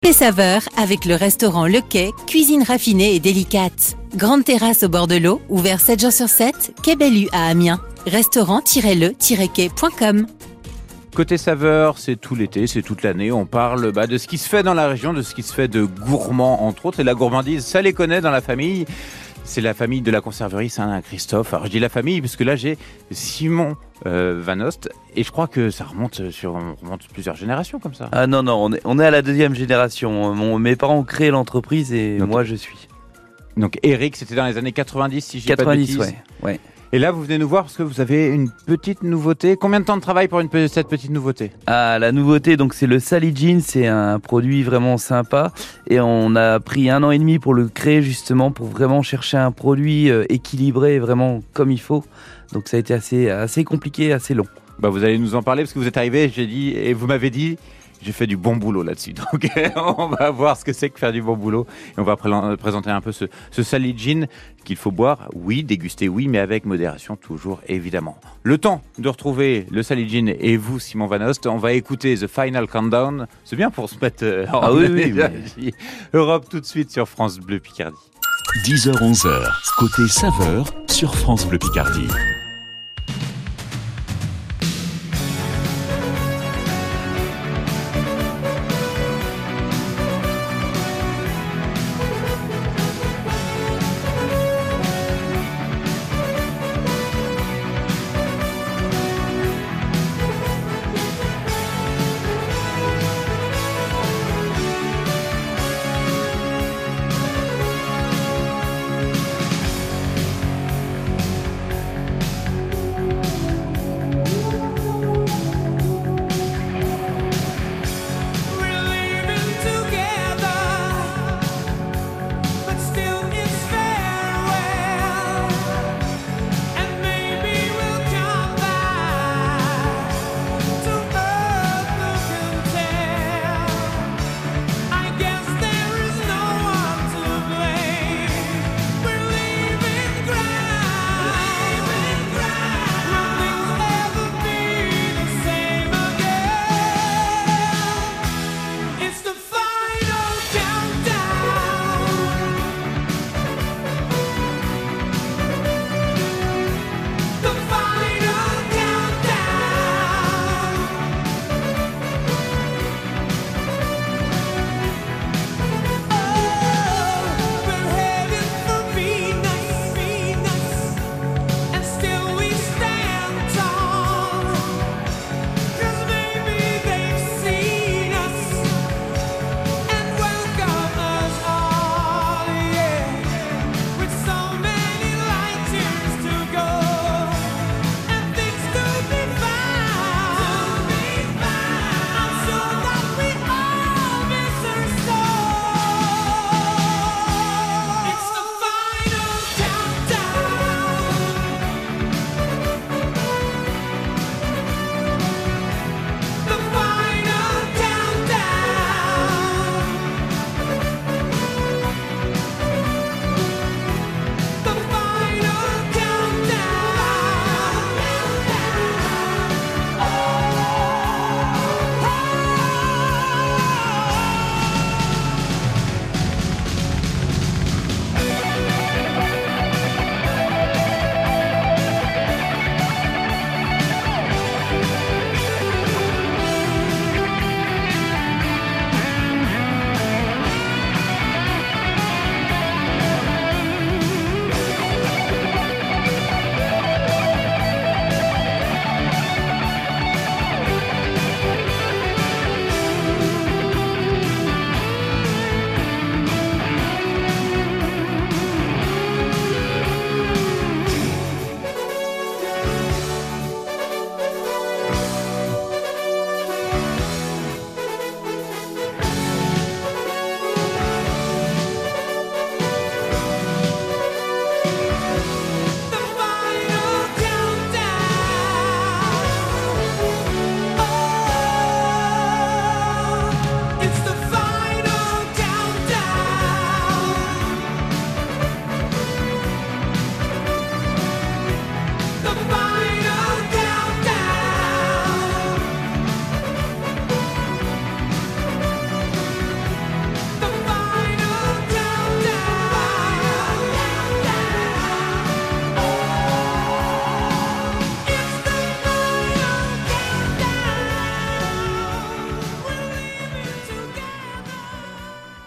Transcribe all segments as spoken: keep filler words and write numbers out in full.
Côté saveur, avec le restaurant Le Quai, cuisine raffinée et délicate. Grande terrasse au bord de l'eau, ouvert sept jours sur sept, Quai Bellu à Amiens. Restaurant-le-quai point com. Côté saveur, c'est tout l'été, c'est toute l'année. On parle bah, de ce qui se fait dans la région, de ce qui se fait de gourmand, entre autres. Et la gourmandise, ça les connaît dans la famille. C'est la famille de la conserverie Saint-Christophe. Alors je dis la famille parce que là j'ai Simon euh, Van Ost et je crois que ça remonte sur on remonte plusieurs générations comme ça. Ah non non, on est, on est à la deuxième génération. Mon, mes parents ont créé l'entreprise et donc, moi je suis. Donc Eric, c'était dans les années quatre-vingt-dix si je dis quatre-vingt-dix, pas de bêtises. ouais, ouais. Et là, vous venez nous voir parce que vous avez une petite nouveauté. Combien de temps de travail pour une, cette petite nouveauté ? Ah, la nouveauté, donc c'est le Saligine, c'est un produit vraiment sympa. Et on a pris un an et demi pour le créer justement, pour vraiment chercher un produit euh, équilibré, vraiment comme il faut. Donc ça a été assez, assez compliqué, assez long. Bah, vous allez nous en parler parce que vous êtes arrivé, j'ai dit, et vous m'avez dit... J'ai fait du bon boulot là-dessus, donc on va voir ce que c'est que faire du bon boulot et on va pré- présenter un peu ce, ce Saligine qu'il faut boire, oui, déguster, oui, mais avec modération toujours, évidemment. Le temps de retrouver le Saligine et vous, Simon Van Ost, on va écouter The Final Countdown, c'est bien pour se mettre euh, en ah oui, oui, mais... Europe tout de suite sur France Bleu Picardie. dix heures onze heures, côté saveur sur France Bleu Picardie.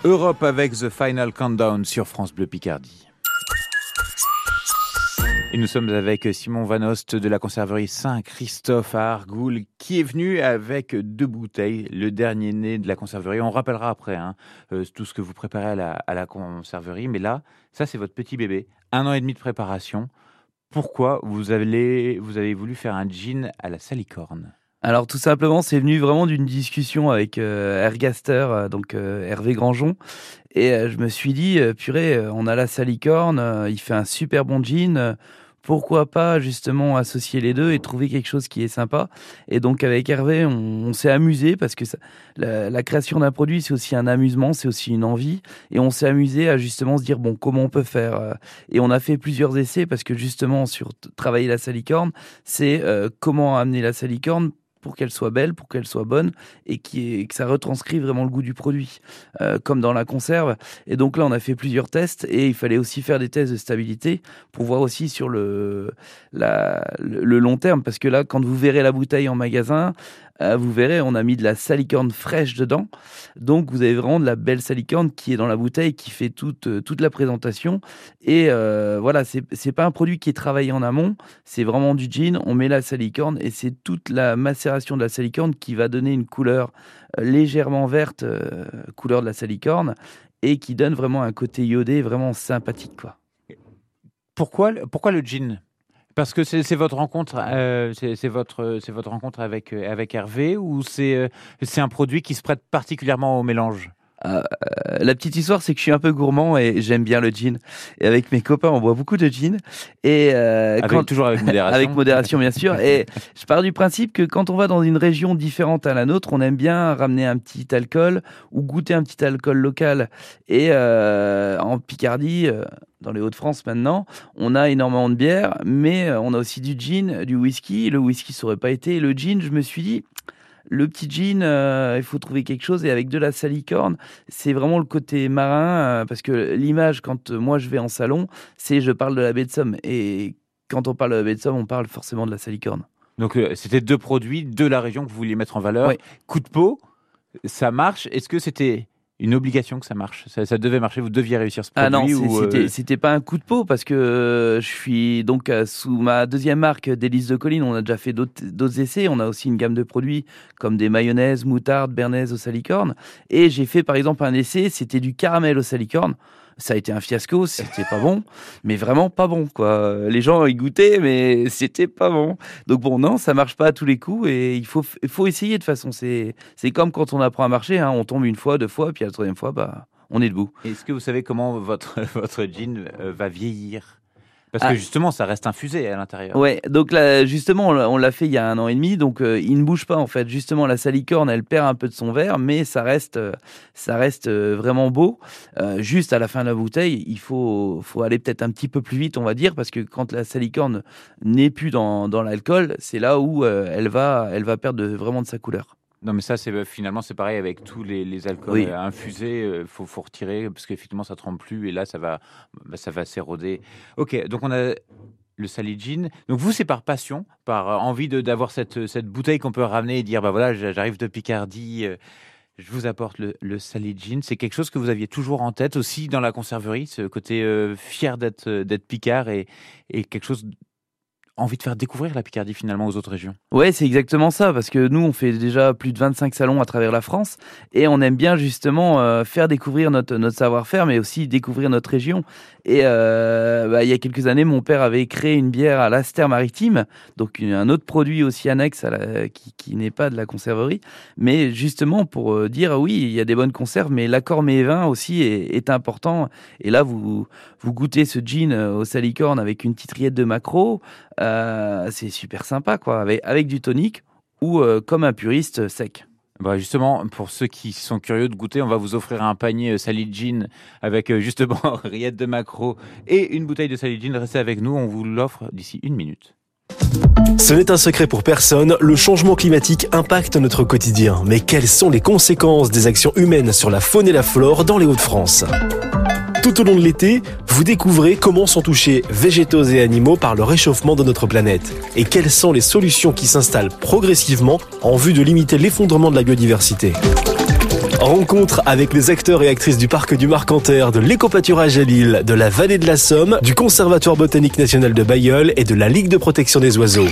Europe avec The Final Countdown sur France Bleu Picardie. Et nous sommes avec Simon Van Ost de la conserverie Saint-Christophe à Argoul qui est venu avec deux bouteilles, le dernier né de la conserverie. On rappellera après hein, euh, tout ce que vous préparez à la, à la conserverie. Mais là, ça c'est votre petit bébé, un an et demi de préparation. Pourquoi vous avez, vous avez voulu faire un gin à la salicorne ? Alors tout simplement, c'est venu vraiment d'une discussion avec euh, Ergaster, euh, donc euh, Hervé Grangeon. Et euh, je me suis dit, euh, purée, euh, on a la salicorne, euh, il fait un super bon gin. Euh, pourquoi pas justement associer les deux et trouver quelque chose qui est sympa. Et donc avec Hervé, on, on s'est amusé parce que ça, la, la création d'un produit, c'est aussi un amusement, c'est aussi une envie. Et on s'est amusé à justement se dire, bon, comment on peut faire euh, Et on a fait plusieurs essais parce que justement, sur t- travailler la salicorne, c'est euh, comment amener la salicorne pour qu'elle soit belle, pour qu'elle soit bonne et qui est, que ça retranscrit vraiment le goût du produit, euh, comme dans la conserve. Et donc là, on a fait plusieurs tests et il fallait aussi faire des tests de stabilité pour voir aussi sur le, la, le, le long terme. Parce que là, quand vous verrez la bouteille en magasin, euh, vous verrez, on a mis de la salicorne fraîche dedans. Donc, vous avez vraiment de la belle salicorne qui est dans la bouteille, qui fait toute, toute la présentation. Et euh, voilà, c'est, c'est pas un produit qui est travaillé en amont, c'est vraiment du gin, on met la salicorne et c'est toute la macération de la salicorne qui va donner une couleur légèrement verte, euh, couleur de la salicorne, et qui donne vraiment un côté iodé vraiment sympathique, quoi. Pourquoi, pourquoi le gin ? Parce que c'est, c'est votre rencontre, euh, c'est, c'est votre, c'est votre rencontre avec avec Hervé, ou c'est euh, c'est un produit qui se prête particulièrement au mélange ? Euh, la petite histoire, c'est que je suis un peu gourmand et j'aime bien le gin. Et avec mes copains, on boit beaucoup de gin. Et euh, avec, quand... toujours avec modération. Avec modération, bien sûr. Et je pars du principe que quand on va dans une région différente à la nôtre, on aime bien ramener un petit alcool ou goûter un petit alcool local. Et euh, en Picardie, euh, dans les Hauts-de-France maintenant, on a énormément de bière, mais on a aussi du gin, du whisky. Le whisky, ça aurait pas été. Le gin, je me suis dit... Le petit gin, euh, il faut trouver quelque chose. Et avec de la salicorne, c'est vraiment le côté marin. Euh, parce que l'image, quand euh, moi je vais en salon, c'est je parle de la baie de Somme. Et quand on parle de la baie de Somme, on parle forcément de la salicorne. Donc, euh, c'était deux produits de la région que vous vouliez mettre en valeur. Oui. Coup de peau, ça marche. Est-ce que c'était une obligation que ça marche ? ça, ça devait marcher, vous deviez réussir ce produit ? Ah non, c'est, ou, euh... c'était, c'était pas un coup de peau parce que euh, je suis donc euh, sous ma deuxième marque, Délices de Colline. On a déjà fait d'autres, d'autres essais. On a aussi une gamme de produits comme des mayonnaises, moutarde, béarnaise au salicorne. Et j'ai fait par exemple un essai, c'était du caramel au salicorne. Ça a été un fiasco, c'était pas bon, mais vraiment pas bon, quoi. Les gens y goûtaient, mais c'était pas bon. Donc bon, non, ça marche pas à tous les coups et il faut, il faut essayer de toute façon. C'est, c'est comme quand on apprend à marcher, hein. On tombe une fois, deux fois, puis la troisième fois, bah, on est debout. Est-ce que vous savez comment votre, votre gin euh, va vieillir ? Parce que ah. justement, ça reste infusé à l'intérieur. Ouais, donc là, justement, on l'a fait il y a un an et demi, donc euh, il ne bouge pas en fait. Justement, la salicorne, elle perd un peu de son verre, mais ça reste, euh, ça reste euh, vraiment beau. Euh, juste à la fin de la bouteille, il faut, faut aller peut-être un petit peu plus vite, on va dire, parce que quand la salicorne n'est plus dans, dans l'alcool, c'est là où euh, elle va, elle va perdre de, vraiment de sa couleur. Non, mais ça, c'est finalement, c'est pareil avec tous les, les alcools oui. infusés. Il euh, faut, faut retirer parce qu'effectivement, ça ne trempe plus et là, ça va, bah, ça va s'éroder. Ok, donc on a le Sally Gin. Donc vous, c'est par passion, par envie de, d'avoir cette, cette bouteille qu'on peut ramener et dire, bah voilà, j'arrive de Picardie, euh, je vous apporte le, le Sally Gin. C'est quelque chose que vous aviez toujours en tête aussi dans la conserverie, ce côté euh, fier d'être, d'être Picard et, et quelque chose... envie de faire découvrir la Picardie finalement aux autres régions. Ouais, c'est exactement ça, parce que nous, on fait déjà plus de vingt-cinq salons à travers la France et on aime bien justement euh, faire découvrir notre, notre savoir-faire, mais aussi découvrir notre région. Et euh, bah, il y a quelques années, mon père avait créé une bière à l'Aster-Maritime, donc une, un autre produit aussi annexe à la, qui, qui n'est pas de la conserverie, mais justement pour euh, dire, oui, il y a des bonnes conserves, mais l'accord mets-vin aussi est, est important. Et là, vous, vous goûtez ce gin au salicorne avec une petite rillette de maquereau, Euh, c'est super sympa, quoi, avec, avec du tonique ou euh, comme un puriste sec. Bah justement, pour ceux qui sont curieux de goûter, on va vous offrir un panier Sally Gin avec euh, justement rillette de maquereau et une bouteille de Sally Gin. Restez avec nous, on vous l'offre d'ici une minute. Ce n'est un secret pour personne, le changement climatique impacte notre quotidien. Mais quelles sont les conséquences des actions humaines sur la faune et la flore dans les Hauts-de-France ? Tout au long de l'été, vous découvrez comment sont touchés végétaux et animaux par le réchauffement de notre planète et quelles sont les solutions qui s'installent progressivement en vue de limiter l'effondrement de la biodiversité. Rencontre avec les acteurs et actrices du parc du Marcanterre, de l'éco-pâturage à Lille, de la vallée de la Somme, du Conservatoire botanique national de Bailleul et de la Ligue de protection des oiseaux.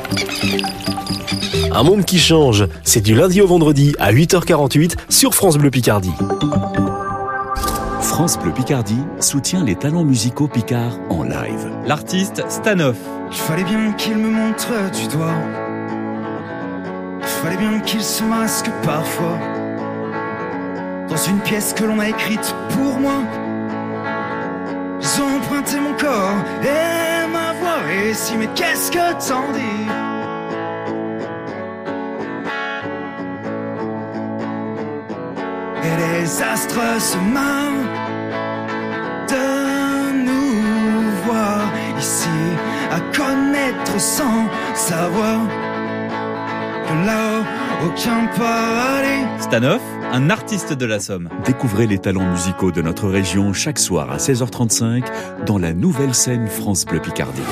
Un monde qui change, c'est du lundi au vendredi à huit heures quarante-huit sur France Bleu Picardie. France Bleu Picardie soutient les talents musicaux picards en live. L'artiste Stanoff. Il fallait bien qu'il me montre du doigt. Il fallait bien qu'il se masque parfois. Dans une pièce que l'on a écrite pour moi. Ils ont emprunté mon corps et ma voix. Et si, mais qu'est-ce que t'en dis? Et les astres se marrent de nous voir ici, à connaître sans savoir que là-haut, aucun paradis. Stanoff, un artiste de la Somme. Découvrez les talents musicaux de notre région chaque soir à seize heures trente-cinq dans la nouvelle scène France Bleu Picardie.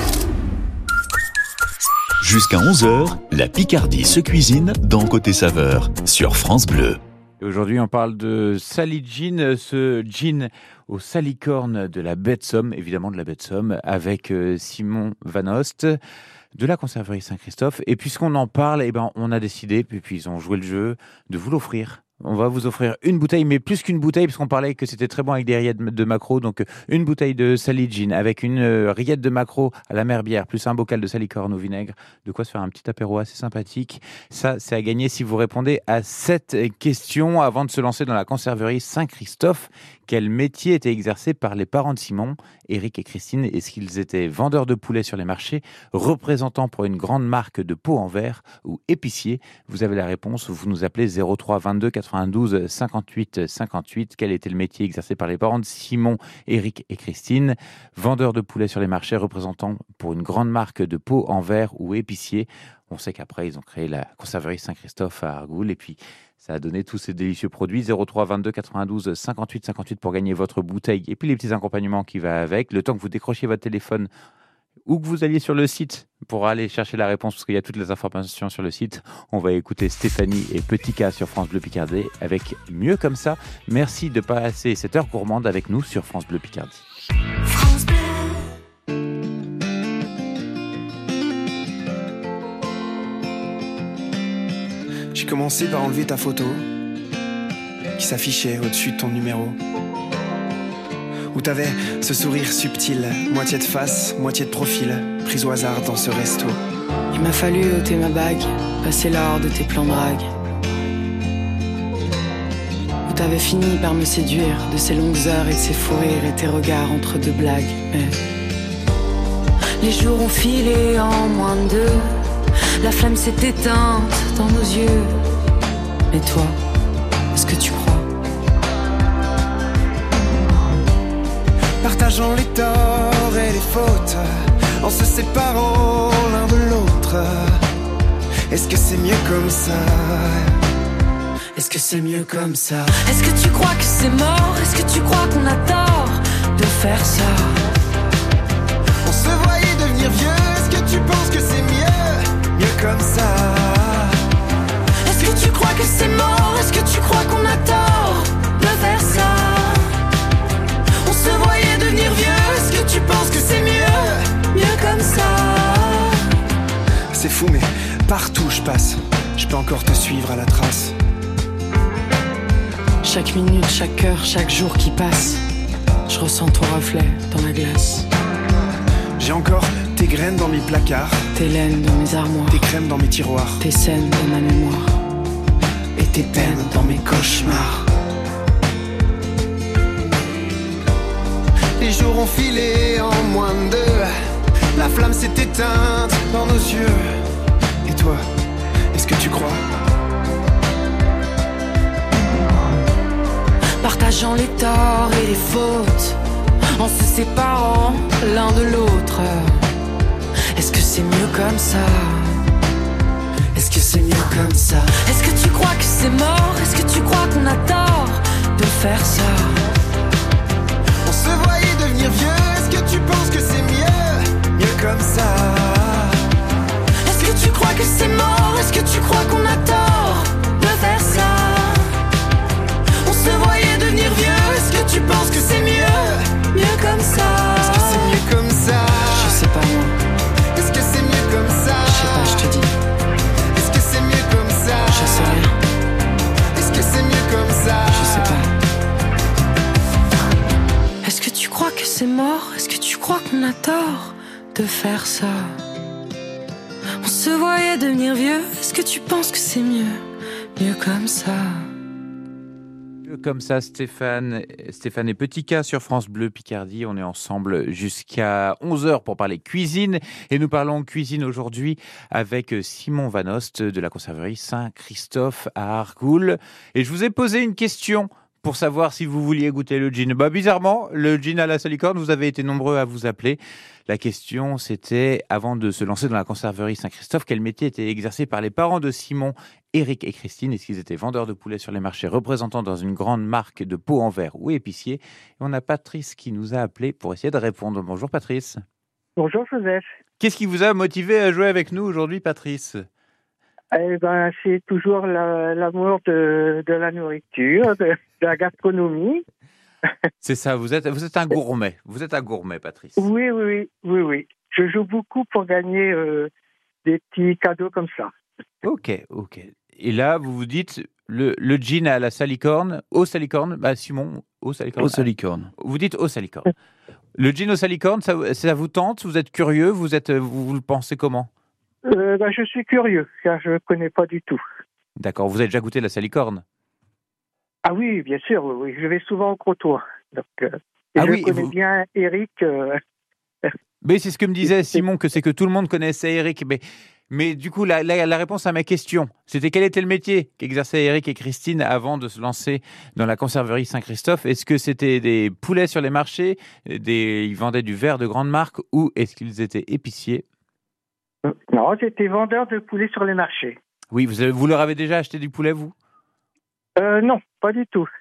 Jusqu'à onze heures, la Picardie se cuisine dans Côté Saveur sur France Bleu. Et aujourd'hui, on parle de Sally Gin, ce gin aux salicornes de la baie de Somme, évidemment de la baie de Somme, avec Simon Van Ost de la conserverie Saint-Christophe. Et puisqu'on en parle, eh ben, on a décidé, puis, puis ils ont joué le jeu, de vous l'offrir. On va vous offrir une bouteille, mais plus qu'une bouteille, puisqu'on parlait que c'était très bon avec des rillettes de maquereau. Donc, une bouteille de Sally Gin avec une rillette de maquereau à la merbière, plus un bocal de salicorne au vinaigre. De quoi se faire un petit apéro assez sympathique. Ça, c'est à gagner si vous répondez à cette question avant de se lancer dans la conserverie Saint-Christophe. Quel métier était exercé par les parents de Simon, Éric et Christine? Est-ce qu'ils étaient vendeurs de poulets sur les marchés, représentants pour une grande marque de pots en verre ou épiciers? Vous avez la réponse, vous nous appelez zéro trois vingt-deux quatre-vingt-douze cinquante-huit cinquante-huit. Quel était le métier exercé par les parents de Simon, Éric et Christine? Vendeurs de poulets sur les marchés, représentants pour une grande marque de pots en verre ou épiciers. On sait qu'après, ils ont créé la conserverie Saint-Christophe à Argoul et puis ça a donné tous ces délicieux produits. zéro trois vingt-deux quatre-vingt-douze cinquante-huit cinquante-huit pour gagner votre bouteille et puis les petits accompagnements qui vont avec. Le temps que vous décrochiez votre téléphone ou que vous alliez sur le site pour aller chercher la réponse, parce qu'il y a toutes les informations sur le site, on va écouter Stéphanie et Petit K sur France Bleu Picardie avec Mieux comme ça. Merci de passer cette heure gourmande avec nous sur France Bleu Picardie. France Bleu. J'ai commencé par enlever ta photo qui s'affichait au-dessus de ton numéro, où t'avais ce sourire subtil, moitié de face, moitié de profil, prise au hasard dans ce resto. Il m'a fallu ôter ma bague, passer l'heure de tes plans drague, où t'avais fini par me séduire de ces longues heures et de ces fous rires et tes regards entre deux blagues. Mais les jours ont filé en moins de deux, la flamme s'est éteinte dans nos yeux. Mais toi, est-ce que tu crois? Partageant les torts et les fautes, en se séparant l'un de l'autre, est-ce que c'est mieux comme ça? Est-ce que c'est mieux comme ça? Est-ce que tu crois que c'est mort? Est-ce que tu crois qu'on a tort de faire ça? On se voyait devenir vieux, est-ce que tu penses que c'est mieux? Mieux comme ça. Est-ce que tu crois que c'est mort? Est-ce que tu crois qu'on a tort de faire ça? On se voyait devenir vieux, est-ce que tu penses que c'est mieux? Mieux comme ça. C'est fou mais partout je passe, je peux encore te suivre à la trace. Chaque minute, chaque heure, chaque jour qui passe, je ressens ton reflet dans la glace. J'ai encore tes graines dans mes placards, tes laines dans mes armoires, tes crèmes dans mes tiroirs, tes scènes dans ma mémoire, et tes peines dans mes cauchemars. Les jours ont filé en moins de deux, la flamme s'est éteinte dans nos yeux. Et toi, est-ce que tu crois? Partageant les torts et les fautes, en se séparant l'un de l'autre, est-ce que c'est mieux comme ça? Est-ce que c'est mieux comme ça? Est-ce que tu crois que c'est mort? Est-ce que tu crois qu'on a tort de faire ça? On se voyait devenir vieux, est-ce que tu penses que c'est mieux? Mieux comme ça. Est-ce que tu crois que c'est mort? Est-ce que tu crois qu'on a tort de faire ça? c'est mort? Est-ce que tu crois qu'on a tort de faire ça? On se voyait devenir vieux. Est-ce que tu penses que c'est mieux, mieux comme ça? Comme ça, Stéphane, Stéphane et Petit K sur France Bleu Picardie. On est ensemble jusqu'à onze heures pour parler cuisine. Et nous parlons cuisine aujourd'hui avec Simon Van Ost de la conserverie Saint-Christophe à Argoul. Et je vous ai posé une question pour savoir si vous vouliez goûter le gin. Bah, bizarrement, le gin à la salicorne, vous avez été nombreux à vous appeler. La question, c'était, avant de se lancer dans la conserverie Saint-Christophe, quel métier était exercé par les parents de Simon, Éric et Christine? Est-ce qu'ils étaient vendeurs de poulet sur les marchés, représentants dans une grande marque de pots en verre ou épiciers? Et on a Patrice qui nous a appelé pour essayer de répondre. Bonjour Patrice. Bonjour Joseph. Qu'est-ce qui vous a motivé à jouer avec nous aujourd'hui, Patrice? Eh ben, c'est toujours la, l'amour de, de la nourriture, de, de la gastronomie. C'est ça, vous êtes, vous êtes un gourmet. Vous êtes un gourmet, Patrice. Oui, oui, oui, oui, oui. Je joue beaucoup pour gagner euh, des petits cadeaux comme ça. Ok, ok. Et là, vous vous dites, le, le gin à la salicorne, au salicorne, bah Simon, au salicorne. Au salicorne. Vous dites au salicorne. Le gin au salicorne, ça, ça vous tente? Vous êtes curieux? Vous, êtes, vous, vous le pensez comment? euh, ben, Je suis curieux, car je ne connais pas du tout. D'accord, vous avez déjà goûté la salicorne? Ah oui, bien sûr, oui, oui. Je vais souvent au Crotoy. Donc, euh, et ah je oui, connais vous... bien Éric. Euh... Mais c'est ce que me disait Simon, que c'est que tout le monde connaissait Éric. Mais, mais du coup, la, la, la réponse à ma question, c'était quel était le métier qu'exerçaient Éric et Christine avant de se lancer dans la conserverie Saint-Christophe? Est-ce que c'était des poulets sur les marchés, des... ils vendaient du verre de grande marque, ou est-ce qu'ils étaient épiciers? Non, j'étais vendeur de poulets sur les marchés. Oui, vous, avez, vous leur avez déjà acheté du poulet, vous? euh, Non, pas du tout.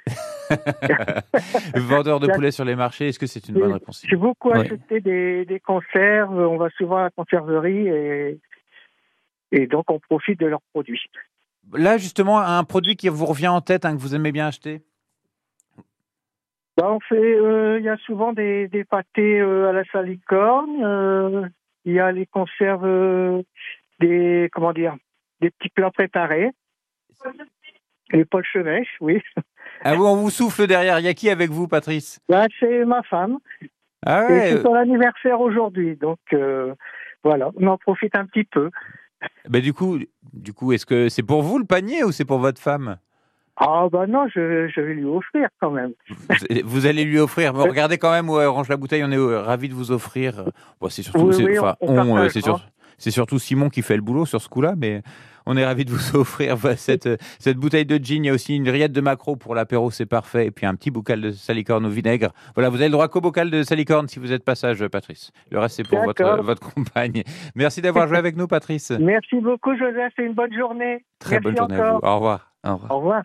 Vendeur de poulet sur les marchés, est-ce que c'est une bonne réponse? J'ai beaucoup ouais. acheté des, des conserves, on va souvent à la conserverie et, et donc on profite de leurs produits. Là, justement, un produit qui vous revient en tête, hein, que vous aimez bien acheter? Ben, on fait, euh, il y a souvent des, des pâtés euh, à la salicorne, euh, il y a les conserves, euh, des, comment dire, des petits plats préparés. Les Paul Chevêche, oui. Ah oui, on vous souffle derrière. Il y a qui avec vous, Patrice? Là, c'est ma femme. Ah ouais. Et c'est son anniversaire aujourd'hui, donc euh, voilà, on en profite un petit peu. Ben du coup, du coup, est-ce que c'est pour vous le panier ou c'est pour votre femme? Ah bah non, je, je vais lui offrir quand même. Vous, vous allez lui offrir. Bon, regardez quand même où elle range la bouteille. On est euh, ravis de vous offrir. Bon, c'est surtout, oui, c'est, oui, enfin, on, on on, euh, c'est, sur, c'est surtout Simon qui fait le boulot sur ce coup-là, mais on est ravis de vous offrir cette, cette bouteille de gin. Il y a aussi une rillette de maquereau pour l'apéro, c'est parfait. Et puis un petit bocal de salicorne au vinaigre. Voilà, vous avez le droit qu'au bocal de salicorne si vous êtes passage, Patrice. Le reste, c'est pour votre, votre compagne. Merci d'avoir joué avec nous, Patrice. Merci beaucoup, Joseph, et une bonne journée. Très Merci bonne journée encore. à vous. Au revoir. Au revoir. Au revoir.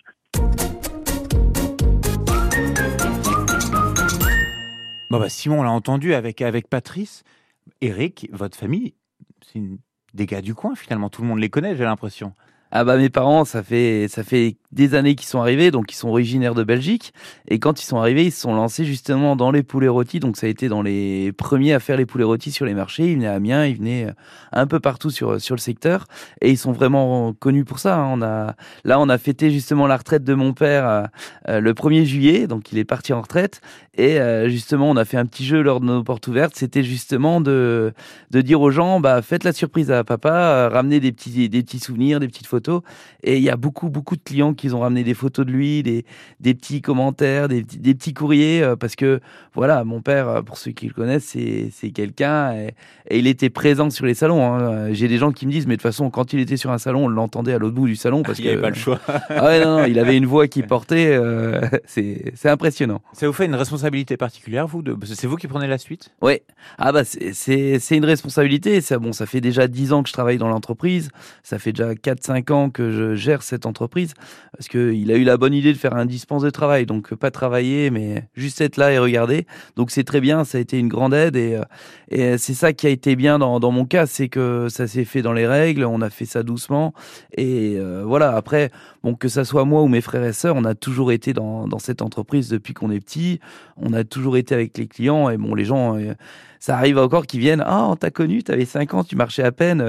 Bon bah Simon, on l'a entendu avec, avec Patrice. Éric, votre famille, c'est une... des gars du coin finalement. Tout le monde les connaît, j'ai l'impression. Ah bah mes parents, ça fait ça fait des années qu'ils sont arrivés, donc ils sont originaires de Belgique. Et quand ils sont arrivés, ils se sont lancés justement dans les poulets rôtis. Donc ça a été dans les premiers à faire les poulets rôtis sur les marchés. Ils venaient à Amiens, ils venaient un peu partout sur sur le secteur. Et ils sont vraiment connus pour ça. On a là, on a fêté justement la retraite de mon père euh, le premier juillet, donc il est parti en retraite. Et euh, justement, on a fait un petit jeu lors de nos portes ouvertes. C'était justement de de dire aux gens, bah faites la surprise à papa, euh, ramenez des petits des petits souvenirs, des petites photos. Et il y a beaucoup, beaucoup de clients qui ont ramené des photos de lui, des, des petits commentaires, des, des petits courriers, euh, parce que, voilà, mon père, pour ceux qui le connaissent, c'est, c'est quelqu'un, et, et il était présent sur les salons. Hein. J'ai des gens qui me disent, mais de toute façon, quand il était sur un salon, on l'entendait à l'autre bout du salon. Parce il n'y avait que, pas le choix. Ah ouais, non, non, il avait une voix qui portait, euh, c'est, c'est impressionnant. Ça vous fait une responsabilité particulière, vous de... C'est vous qui prenez la suite? Oui, ah bah c'est, c'est, c'est une responsabilité. Ça, bon, ça fait déjà dix ans que je travaille dans l'entreprise, ça fait déjà quatre cinq ans que je gère cette entreprise, parce qu'il a eu la bonne idée de faire un dispense de travail, donc pas travailler, mais juste être là et regarder. Donc c'est très bien, ça a été une grande aide, et, et c'est ça qui a été bien dans, dans mon cas, c'est que ça s'est fait dans les règles, on a fait ça doucement, et euh, voilà, après, bon, que ça soit moi ou mes frères et sœurs, on a toujours été dans, dans cette entreprise depuis qu'on est petit, on a toujours été avec les clients, et bon, les gens... Euh, ça arrive encore qu'ils viennent, ah, on t'a connu, t'avais cinq ans, tu marchais à peine. Bon,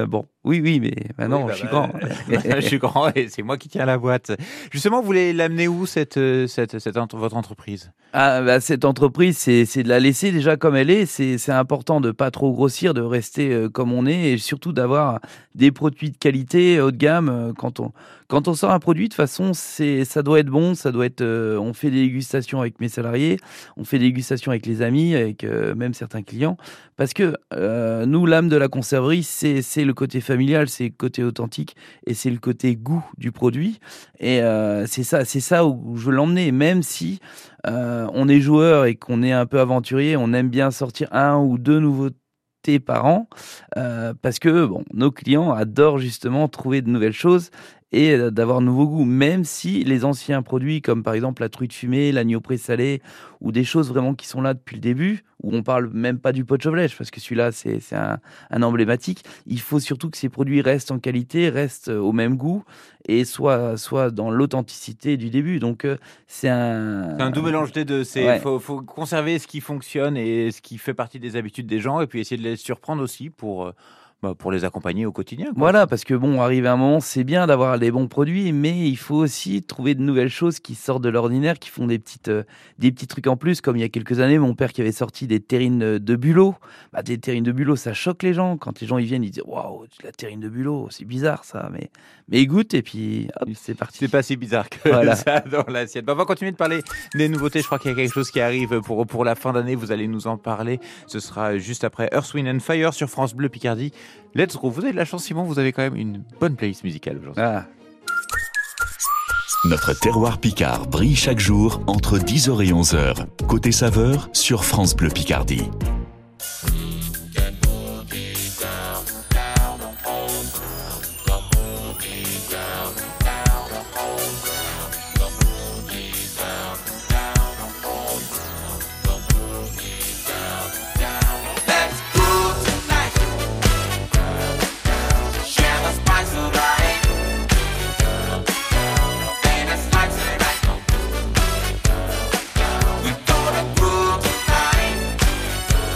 Oui, oui, mais maintenant, Oui, bah, je suis bah, grand. je suis grand et c'est moi qui tiens la boîte. Justement, vous voulez l'amener où, cette, cette, cette, cette votre entreprise? Ah, bah, cette entreprise, c'est, c'est de la laisser déjà comme elle est. C'est, c'est important de pas trop grossir, de rester euh, comme on est et surtout d'avoir des produits de qualité haut de gamme. Euh, Quand on, quand on sort un produit, de toute façon, c'est, ça doit être bon. Ça doit être. euh, on fait des dégustations avec mes salariés, on fait des dégustations avec les amis, avec euh, même certains clients. Parce que euh, nous, l'âme de la conserverie, c'est, c'est le côté familial, c'est le côté authentique et c'est le côté goût du produit. Et euh, c'est ça, c'est ça où je veux l'emmener, même si euh, on est joueur et qu'on est un peu aventurier, on aime bien sortir un ou deux nouveautés par an, euh, parce que bon, nos clients adorent justement trouver de nouvelles choses et euh, d'avoir de nouveaux goûts, même si les anciens produits comme par exemple la truite fumée, l'agneau présalé ou des choses vraiment qui sont là depuis le début, où on parle même pas du pot de Chauvelèche, parce que celui-là c'est, c'est un, un emblématique, il faut surtout que ces produits restent en qualité, restent au même goût et soient, soient dans l'authenticité du début. Donc euh, c'est un... C'est un double mélange des deux. Il Ouais. faut, faut conserver ce qui fonctionne et ce qui fait partie des habitudes des gens et puis essayer de les surprendre aussi pour, euh, bah, pour les accompagner au quotidien, quoi. Voilà, parce que bon, arrivé à un moment, c'est bien d'avoir des bons produits, mais il faut aussi trouver de nouvelles choses qui sortent de l'ordinaire, qui font des petites, euh, des petits trucs en plus. Comme il y a quelques années, mon père qui avait sorti des terrines de bulot. Bah, des terrines de bulot, ça choque les gens. Quand les gens ils viennent, ils disent waouh, la terrine de bulot, c'est bizarre ça, mais mais ils goûtent et puis hop, c'est parti. C'est pas si bizarre que Voilà. ça dans l'assiette. Bah, on va continuer de parler des nouveautés. Je crois qu'il y a quelque chose qui arrive pour, pour la fin d'année. Vous allez nous en parler. Ce sera juste après Earth, Wind and Fire sur France Bleu Picardie. Let's go. Vous avez de la chance, Simon. Vous avez quand même une bonne playlist musicale aujourd'hui. Ah. Notre terroir picard brille chaque jour entre dix heures et onze heures. Côté saveur sur France Bleu Picardie. We're gonna prove tonight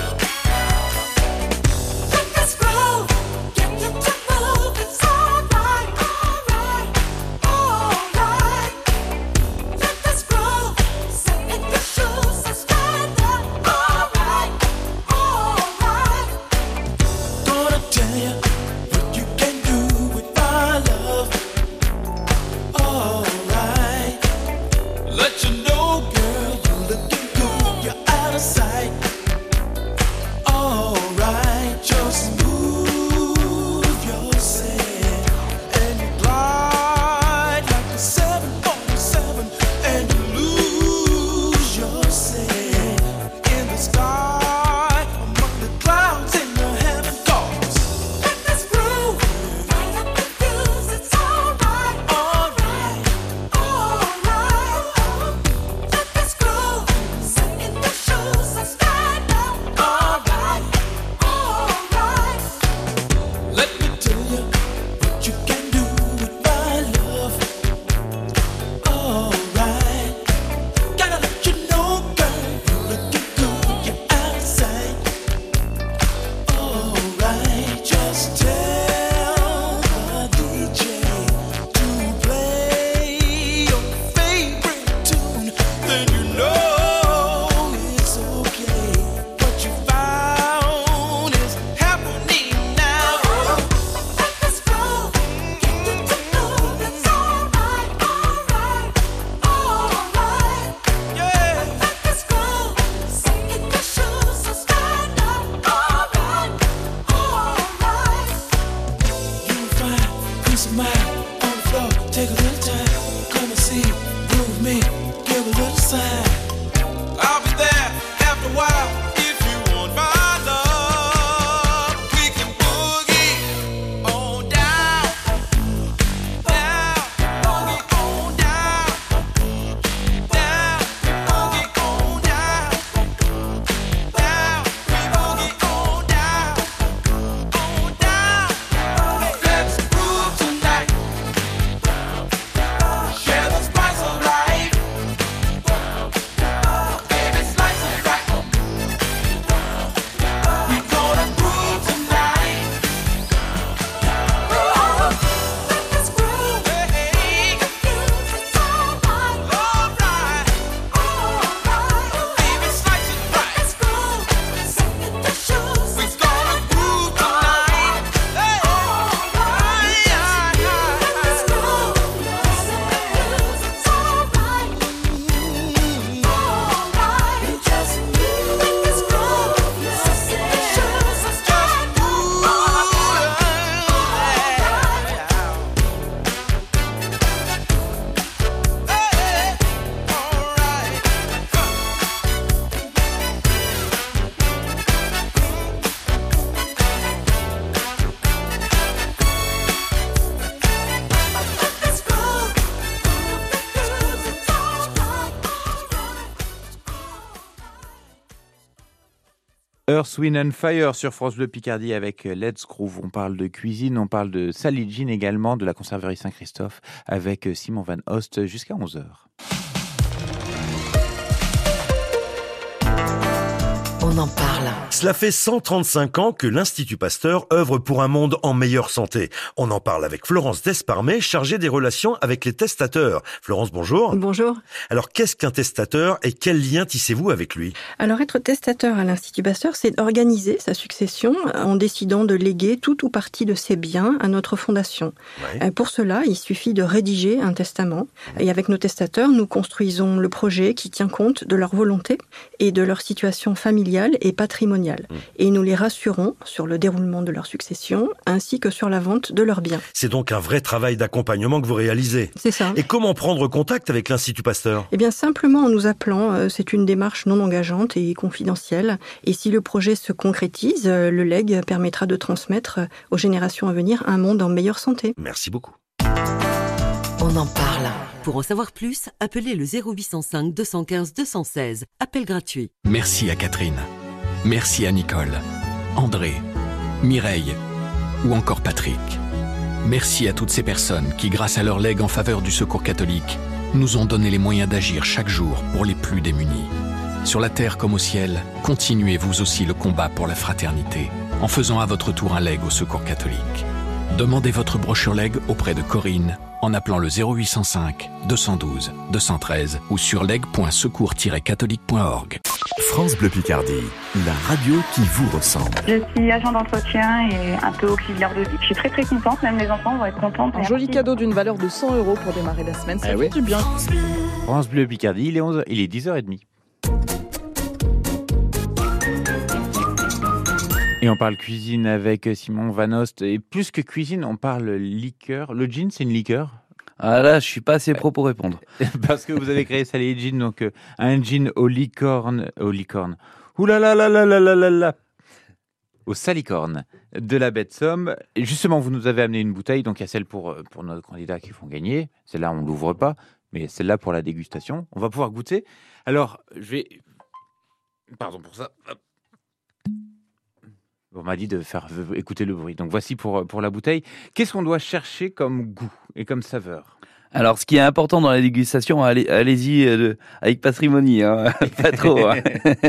Earth, Wind and Fire sur France Bleu Picardie avec Let's Groove. On parle de cuisine, on parle de Sally Jean également, de la conserverie Saint-Christophe avec Simon Van Host jusqu'à onze heures. On en parle. Cela fait cent trente-cinq ans que l'Institut Pasteur œuvre pour un monde en meilleure santé. On en parle avec Florence Desparmé, chargée des relations avec les testateurs. Florence, bonjour. Bonjour. Alors, qu'est-ce qu'un testateur et quel lien tissez-vous avec lui ? Alors, être testateur à l'Institut Pasteur, c'est organiser sa succession en décidant de léguer tout ou partie de ses biens à notre fondation. Ouais. Pour cela, il suffit de rédiger un testament. Et avec nos testateurs, nous construisons le projet qui tient compte de leur volonté et de leur situation familiale et patrimoniale. Mmh. Et nous les rassurons sur le déroulement de leur succession ainsi que sur la vente de leurs biens. C'est donc un vrai travail d'accompagnement que vous réalisez. C'est ça. Et comment prendre contact avec l'Institut Pasteur ? Eh bien, simplement en nous appelant. C'est une démarche non engageante et confidentielle. Et si le projet se concrétise, le legs permettra de transmettre aux générations à venir un monde en meilleure santé. Merci beaucoup. On en parle. Pour en savoir plus, appelez le zéro huit cent cinq deux cent quinze deux cent seize. Appel gratuit. Merci à Catherine. Merci à Nicole, André, Mireille ou encore Patrick. Merci à toutes ces personnes qui, grâce à leur legs en faveur du Secours catholique, nous ont donné les moyens d'agir chaque jour pour les plus démunis. Sur la terre comme au ciel, continuez vous aussi le combat pour la fraternité en faisant à votre tour un legs au Secours catholique. Demandez votre brochure legs auprès de Corinne en appelant le zéro huit cent cinq deux cent douze deux cent treize ou sur legs point secours tiret catholique point org. France Bleu Picardie, la radio qui vous ressemble. Je suis agent d'entretien et un peu auxiliaire de vie. Je suis très très contente, même les enfants vont être contents. Un joli cadeau d'une valeur de cent euros pour démarrer la semaine, ça ah fait oui. du bien. France Bleu Picardie, il est, onze heures, il est dix heures trente. Et on parle cuisine avec Simon Van Host. Et plus que cuisine, on parle liqueur. Le gin, c'est une liqueur ? Ah là, je suis pas assez pro pour répondre. Parce que vous avez créé Sally Jean, donc euh, un gin au licorne, au licorne. Ouh là là là là là là là là. Au salicorne de la baie de Somme. Et justement, vous nous avez amené une bouteille, donc il y a celle pour pour nos candidats qui font gagner. Celle-là, on l'ouvre pas, mais celle-là pour la dégustation. On va pouvoir goûter. Alors, je vais, pardon pour ça. Hop. On m'a dit de faire écouter le bruit. Donc voici pour, pour la bouteille. Qu'est-ce qu'on doit chercher comme goût et comme saveur ? Alors, ce qui est important dans la dégustation, allez, allez-y euh, avec patrimonie, hein, pas trop. Hein.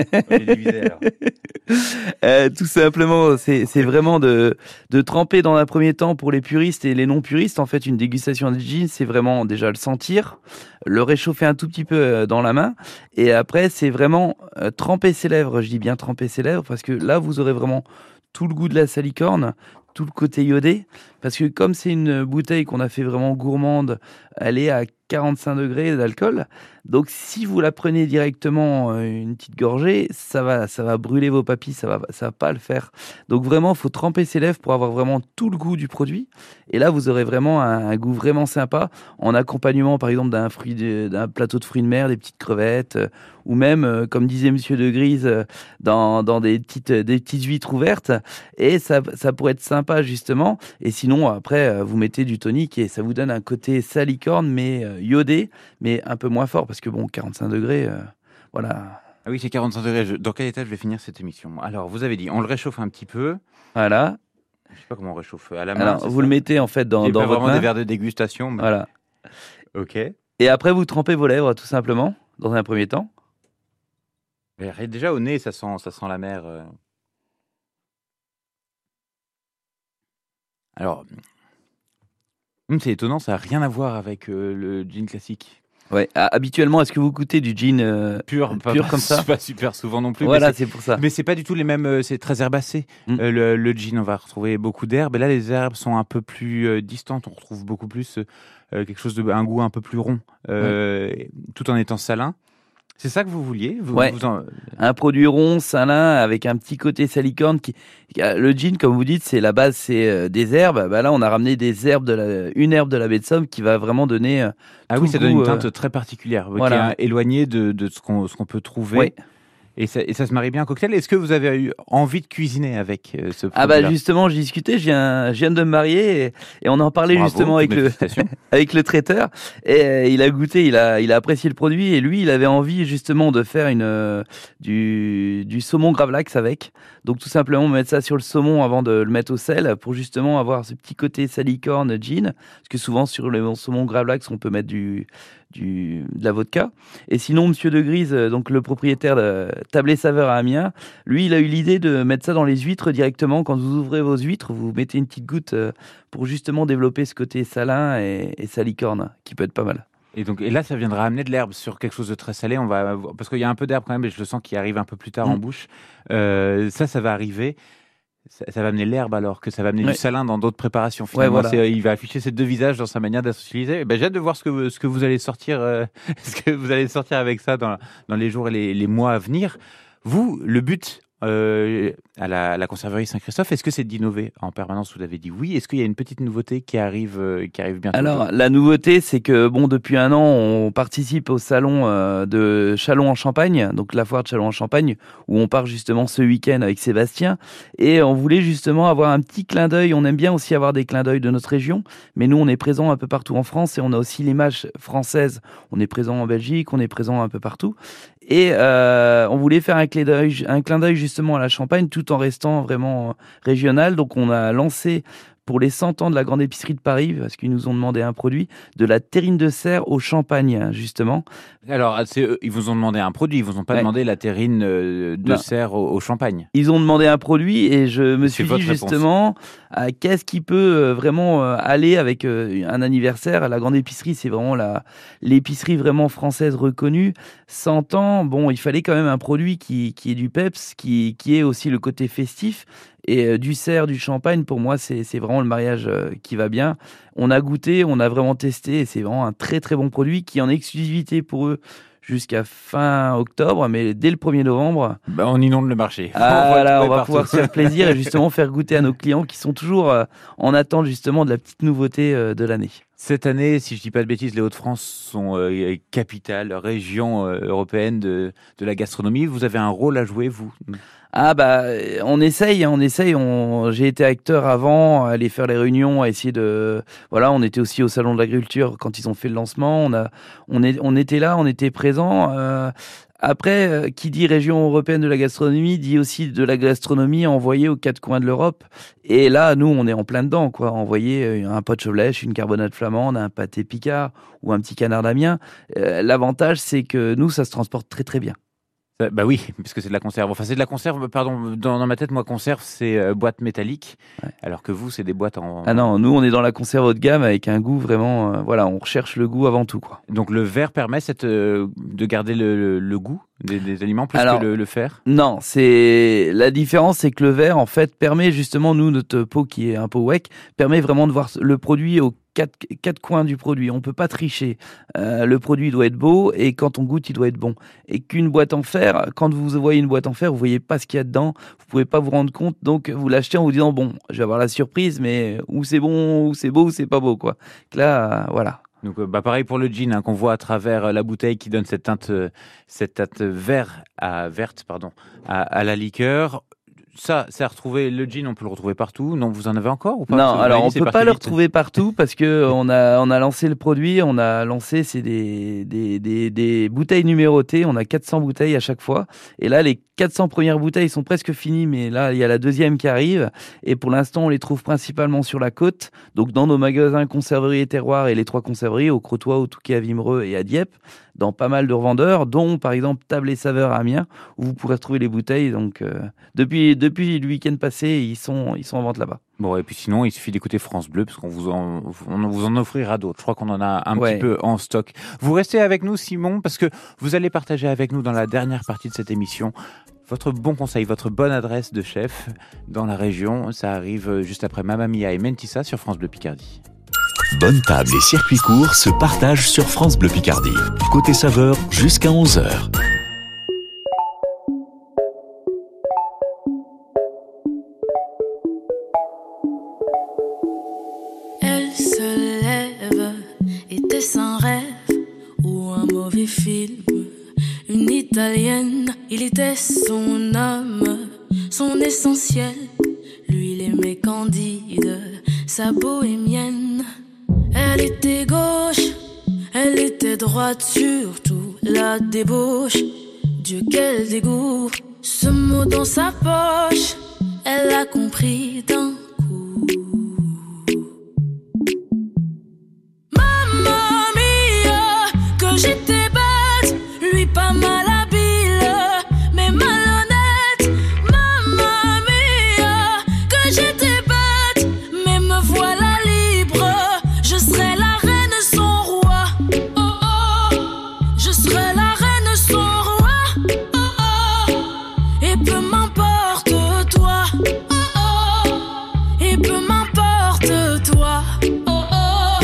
euh, tout simplement, c'est, c'est vraiment de, de tremper dans un premier temps pour les puristes et les non-puristes. En fait, une dégustation de gin, c'est vraiment déjà le sentir, le réchauffer un tout petit peu dans la main, et après, c'est vraiment euh, tremper ses lèvres. Je dis bien tremper ses lèvres parce que là, vous aurez vraiment tout le goût de la salicorne, tout le côté iodé, parce que comme c'est une bouteille qu'on a fait vraiment gourmande, elle est à quarante-cinq degrés d'alcool, donc si vous la prenez directement une petite gorgée, ça va, ça va brûler vos papilles, ça va, ça va pas le faire. Donc vraiment, il faut tremper ses lèvres pour avoir vraiment tout le goût du produit, et là vous aurez vraiment un, un goût vraiment sympa, en accompagnement par exemple d'un, fruit de, d'un plateau de fruits de mer, des petites crevettes, ou même, comme disait Monsieur de Grise, dans, dans des, petites, des petites huîtres ouvertes, et ça, ça pourrait être sympa justement, et sinon après vous mettez du tonic et ça vous donne un côté salicorne mais euh, iodé, mais un peu moins fort parce que bon, quarante-cinq degrés, euh, voilà. Ah oui, c'est quarante-cinq degrés. Je... Dans quel état je vais finir cette émission ? Alors, vous avez dit, on le réchauffe un petit peu. Voilà. Je sais pas comment on réchauffe à la main. Alors, vous ça le mettez en fait dans, J'ai dans pas votre vraiment main. Des verres de dégustation. Mais... Voilà. Ok. Et après, vous trempez vos lèvres tout simplement dans un premier temps. Mais déjà au nez, ça sent, ça sent la mer. Euh... Alors. C'est étonnant, ça n'a rien à voir avec euh, le gin classique. Ouais. Habituellement, est-ce que vous goûtez du gin euh, pur, pas, pur pas, comme ça ? Pas super souvent non plus. Voilà, mais c'est, c'est pour ça. Mais c'est pas du tout les mêmes. Euh, c'est très herbacé. Mm. Euh, le, le gin, on va retrouver beaucoup d'herbes. Et là, les herbes sont un peu plus euh, distantes. On retrouve beaucoup plus euh, quelque chose de, un goût un peu plus rond, euh, ouais. Tout en étant salin. C'est ça que vous vouliez vous, ouais. vous en... Un produit rond, salin, avec un petit côté salicorne. Qui... Le gin, comme vous dites, c'est la base, c'est euh, des herbes. Bah là, on a ramené des herbes de la... une herbe de la baie de Somme qui va vraiment donner. Euh, ah oui, ça goût, donne une euh... teinte très particulière, voilà. qui est éloignée de, de ce, qu'on, ce qu'on peut trouver. Ouais. Et ça, et ça se marie bien en cocktail. Est-ce que vous avez eu envie de cuisiner avec euh, ce produit-là ? Ah bah justement, j'ai discuté, je viens, je viens de me marier et, et on en parlait Bravo, justement avec le, avec le traiteur. Et euh, il a goûté, il a, il a apprécié le produit et lui, il avait envie justement de faire une, euh, du, du saumon gravlax avec. Donc tout simplement mettre ça sur le saumon avant de le mettre au sel pour justement avoir ce petit côté salicorne gin. Parce que souvent sur le saumon gravlax, on peut mettre du, du, de la vodka. Et sinon, Monsieur de Grise, donc le propriétaire de Table et Saveur à Amiens, lui, il a eu l'idée de mettre ça dans les huîtres directement. Quand vous ouvrez vos huîtres, vous mettez une petite goutte pour justement développer ce côté salin et, et salicorne, qui peut être pas mal. Et donc, et là, ça viendra amener de l'herbe sur quelque chose de très salé. On va, parce qu'il y a un peu d'herbe quand même, et je le sens qui arrive un peu plus tard mmh. en bouche. Euh, ça, ça va arriver. Ça, ça va amener l'herbe alors que ça va amener ouais. du salin dans d'autres préparations. Finalement, ouais, voilà. c'est, il va afficher ces deux visages dans sa manière d'utiliser. Ben, j'ai hâte de voir ce que, ce que vous allez sortir, euh, ce que vous allez sortir avec ça dans, dans les jours et les, les mois à venir. Vous, le but euh, à, la, à la conserverie Saint-Christophe, est-ce que c'est d'innover en permanence ? Vous avez dit oui. Est-ce qu'il y a une petite nouveauté qui arrive, euh, qui arrive bientôt ? Alors, la nouveauté, c'est que bon, depuis un an, on participe au salon euh, de Châlons-en-Champagne, donc la foire de Châlons-en-Champagne, où on part justement ce week-end avec Sébastien. Et on voulait justement avoir un petit clin d'œil. On aime bien aussi avoir des clins d'œil de notre région, mais nous, on est présent un peu partout en France et on a aussi l'image française. On est présent en Belgique, on est présent un peu partout. Et euh, on voulait faire un clin d'œil, un clin d'œil justement à la Champagne, tout en restant vraiment régional. Donc on a lancé pour les cent ans de la grande épicerie de Paris, parce qu'ils nous ont demandé un produit, de la terrine de cerf au champagne, justement. Alors, c'est, ils vous ont demandé un produit, ils vous ont pas ouais. demandé la terrine de non. cerf au, au champagne. Ils ont demandé un produit et je me suis dit justement, euh, qu'est-ce qui peut vraiment euh, aller avec euh, un anniversaire ? La grande épicerie, c'est vraiment la, l'épicerie vraiment française reconnue. cent ans, bon, il fallait quand même un produit qui, qui est du peps, qui, qui est aussi le côté festif. Et euh, du cerf, du champagne, pour moi, c'est, c'est vraiment le mariage euh, qui va bien. On a goûté, on a vraiment testé, et c'est vraiment un très très bon produit qui est en exclusivité pour eux jusqu'à fin octobre, mais dès le premier novembre... Bah, on inonde le marché. Ah, on voilà, on va partout. pouvoir se faire plaisir et justement faire goûter à nos clients qui sont toujours euh, en attente justement de la petite nouveauté euh, de l'année. Cette année, si je ne dis pas de bêtises, les Hauts-de-France sont euh, capitale, région euh, européenne de, de la gastronomie. Vous avez un rôle à jouer, vous ? Ah bah on essaye, on essaye. On... J'ai été acteur avant, à aller faire les réunions, à essayer de. Voilà, on était aussi au salon de l'agriculture quand ils ont fait le lancement. On a, on est, on était là, on était présent. Euh... Après, qui dit région européenne de la gastronomie dit aussi de la gastronomie envoyée aux quatre coins de l'Europe. Et là, nous, on est en plein dedans, quoi. Envoyer un pot de chevlèche, une carbonate flamande, un pâté picard ou un petit canard d'Amiens. Euh, l'avantage, c'est que nous, ça se transporte très très bien. Bah oui, parce que c'est de la conserve. Enfin, c'est de la conserve, pardon, dans, dans ma tête, moi, conserve, c'est euh, boîte métallique, ouais. alors que vous, c'est des boîtes en... Ah non, nous, on est dans la conserve haut de gamme avec un goût vraiment... Euh, voilà, on recherche le goût avant tout, quoi. Donc, le verre permet cette, euh, de garder le, le, le goût des, des aliments plus alors, que le, le fer ? Non, c'est... La différence, c'est que le verre, en fait, permet justement, nous, notre peau qui est un peu weck, permet vraiment de voir le produit au Quatre, quatre coins du produit, on peut pas tricher. Euh, le produit doit être beau et quand on goûte, il doit être bon. Et qu'une boîte en fer, quand vous voyez une boîte en fer, vous voyez pas ce qu'il y a dedans, vous pouvez pas vous rendre compte, donc vous l'achetez en vous disant bon, je vais avoir la surprise, mais ou c'est bon, ou c'est beau, ou c'est pas beau, quoi. Là, euh, voilà. Donc, bah pareil pour le gin hein, qu'on voit à travers la bouteille qui donne cette teinte, cette teinte vert à verte, pardon, à, à la liqueur. Ça, c'est à retrouver. Le gin, on peut le retrouver partout. Non, vous en avez encore ou pas ? Non, alors on peut pas le retrouver partout parce que on a on a lancé le produit, on a lancé c'est des des des des bouteilles numérotées. On a quatre cents bouteilles à chaque fois. Et là, les quatre cents premières bouteilles sont presque finies, mais là, il y a la deuxième qui arrive. Et pour l'instant, on les trouve principalement sur la côte, donc dans nos magasins conserverie et terroir et les trois conserveries, au Crotoy, au Touquet, à Vimereux et à Dieppe, dans pas mal de revendeurs, dont par exemple Table et Saveur à Amiens, où vous pourrez retrouver les bouteilles. Donc euh, depuis depuis le week-end passé, ils sont ils sont en vente là-bas. Bon, et puis sinon, il suffit d'écouter France Bleu, parce qu'on vous en, on vous en offrira d'autres. Je crois qu'on en a un ouais. petit peu en stock. Vous restez avec nous, Simon, parce que vous allez partager avec nous dans la dernière partie de cette émission votre bon conseil, votre bonne adresse de chef dans la région. Ça arrive juste après Mamma Mia et Mentissa sur France Bleu Picardie. Bonne table et circuit court se partagent sur France Bleu Picardie. Côté saveur, jusqu'à onze heures. Elle se lève, était-ce un rêve ou un mauvais film? Une italienne, il Il était son âme, son essentiel. Lui, il aimait Candide, sa bohémienne. Elle était gauche, elle était droite, surtout la débauche. Dieu, quel dégoût, ce mot dans sa poche, elle a compris d'un coup. Mamma mia, que j'étais bête, lui pas mal habile, mais malhonnête. Mamma mia, que j'étais bête, mais me voilà libre. Je serai la reine, son roi. Oh oh, je serai la reine, son roi. Oh oh, et peu m'importe toi. Oh oh, et peu m'importe toi. Oh oh,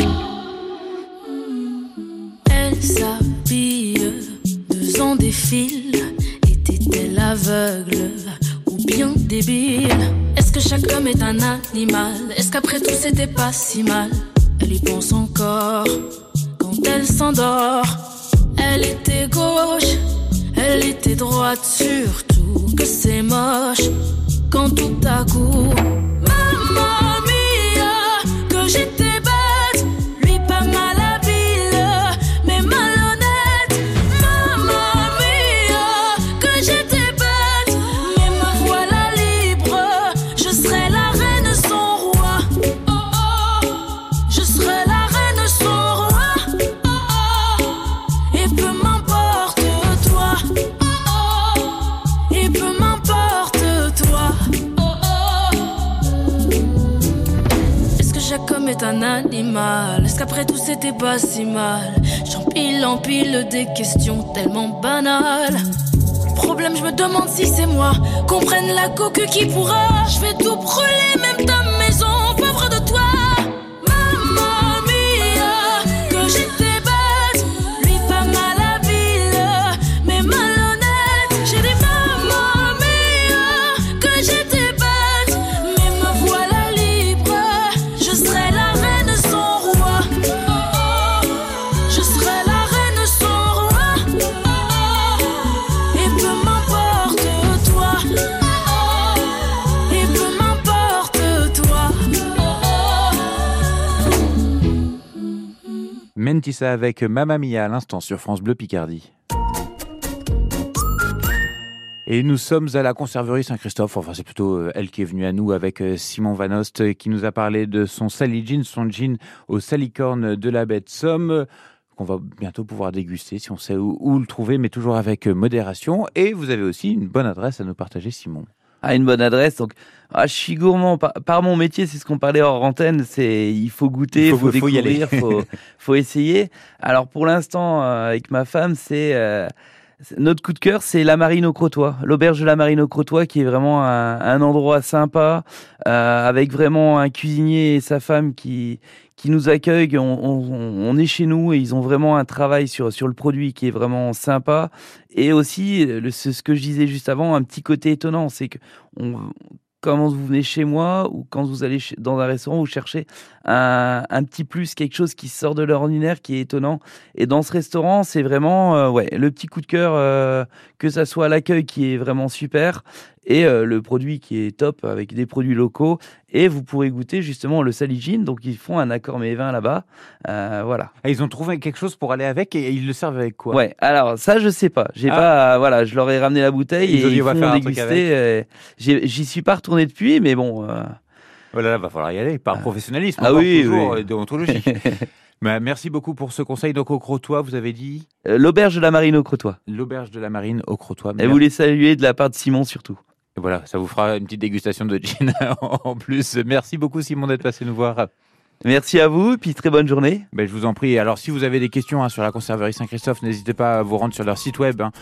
elle s'habille, deux ans défile. Était-elle aveugle ou bien débile? Est-ce que chaque homme est un animal? Est-ce qu'après tout c'était pas si mal? Elle y pense encore quand elle s'endort. Elle était gauche, elle était droite, surtout que c'est moche quand tout à coup, mamma mia, que j'étais bête, lui pas mal habile, mais malhonnête. Mamma mia, que j'étais bête, mais me voilà libre. Je serai la reine, son roi. Oh oh, je serai la reine, son roi. Oh oh, et peu m'importe toi. Oh oh, et peu m'importe toi. Oh oh, est-ce que chaque homme est un animal? Est-ce qu'après tout c'était pas si mal? J'empile, empile des questions tellement banales. Problème, je me demande si c'est moi. Qu'on prenne la coque qui pourra. Je vais tout brûler, même ta maison, pauvre de toi. Mamma mia, que j'étais bête, lui pas mal habile, mais malhonnête. J'ai dit mamma mia, que j'étais bête, mais me voilà libre. Je serai la reine, son roi. Oh oh, je serai la reine, son roi. Oh oh, et peu m'importe toi. Oh oh, et peu m'importe toi. Oh oh. Mentissa avec Mamma Mia à l'instant sur France Bleu Picardie. Et nous sommes à la conserverie Saint-Christophe, enfin c'est plutôt euh, elle qui est venue à nous avec euh, Simon Van Ost euh, qui nous a parlé de son Sally Gin, son gin au salicorne de la baie de Somme, euh, qu'on va bientôt pouvoir déguster si on sait où, où le trouver, mais toujours avec euh, modération. Et vous avez aussi une bonne adresse à nous partager, Simon. Ah, une bonne adresse. Donc, ah, je suis gourmand par, par mon métier, c'est ce qu'on parlait hors antenne. C'est il faut goûter, il faut, faut, faut découvrir, il faut, faut essayer. Alors pour l'instant, euh, avec ma femme, c'est euh, notre coup de cœur, c'est la Marine au Crotoy, l'auberge de la Marine au Crotoy, qui est vraiment un, un endroit sympa, euh, avec vraiment un cuisinier et sa femme qui qui nous accueillent. On, on, on est chez nous et ils ont vraiment un travail sur sur le produit qui est vraiment sympa. Et aussi, le, ce que je disais juste avant, un petit côté étonnant, c'est que on, quand vous venez chez moi ou quand vous allez chez, dans un restaurant, vous cherchez un, un petit plus, quelque chose qui sort de l'ordinaire, qui est étonnant. Et dans ce restaurant, c'est vraiment euh, ouais, le petit coup de cœur, euh, que ça soit l'accueil qui est vraiment super et euh, le produit qui est top avec des produits locaux. Et vous pourrez goûter justement le Sally Gin. Donc ils font un accord mets vin là-bas. Euh, voilà. Et ils ont trouvé quelque chose pour aller avec et ils le servent avec quoi? Ouais. Alors ça, je sais pas. J'ai ah. pas. Euh, voilà, je leur ai ramené la bouteille ils et ils font déguster. Euh, j'y suis pas retourné depuis, mais bon. Euh... Oh là là, va falloir y aller par professionnalisme. Ah oui, toujours oui. Déontologie. Mais merci beaucoup pour ce conseil. Donc au Crotoy, vous avez dit euh, l'auberge de la Marine au Crotoy. L'auberge de la Marine au Crotoy. Et vous les saluez de la part de Simon surtout. Et voilà, ça vous fera une petite dégustation de gin en plus. Merci beaucoup Simon d'être passé nous voir. Merci à vous et puis très bonne journée. Ben, je vous en prie. Alors si vous avez des questions hein, sur la conserverie Saint-Christophe, n'hésitez pas à vous rendre sur leur site web hein,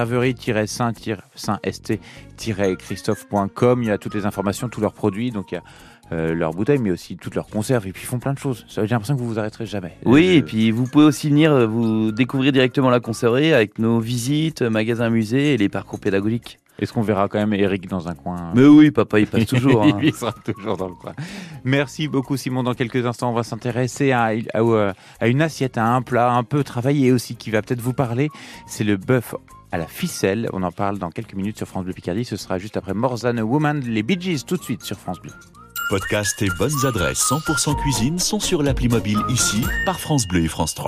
conserverie-saint-christophe point com. Il y a toutes les informations, tous leurs produits. Donc il y a euh, leurs bouteilles, mais aussi toutes leurs conserves. Et puis ils font plein de choses. J'ai l'impression que vous vous arrêterez jamais. Oui, euh, et puis vous pouvez aussi venir vous découvrir directement la conserverie avec nos visites, magasins, musées et les parcours pédagogiques. Est-ce qu'on verra quand même Eric dans un coin? Mais oui, papa, il passe toujours. Hein. Il sera toujours dans le coin. Merci beaucoup, Simon. Dans quelques instants, on va s'intéresser à, à, à une assiette, à un plat un peu travaillé aussi qui va peut-être vous parler. C'est le bœuf à la ficelle. On en parle dans quelques minutes sur France Bleu Picardie. Ce sera juste après More Than a Woman, les Bee Gees, tout de suite sur France Bleu. Podcast et bonnes adresses cent pour cent cuisine sont sur l'appli mobile ici par France Bleu et France trois.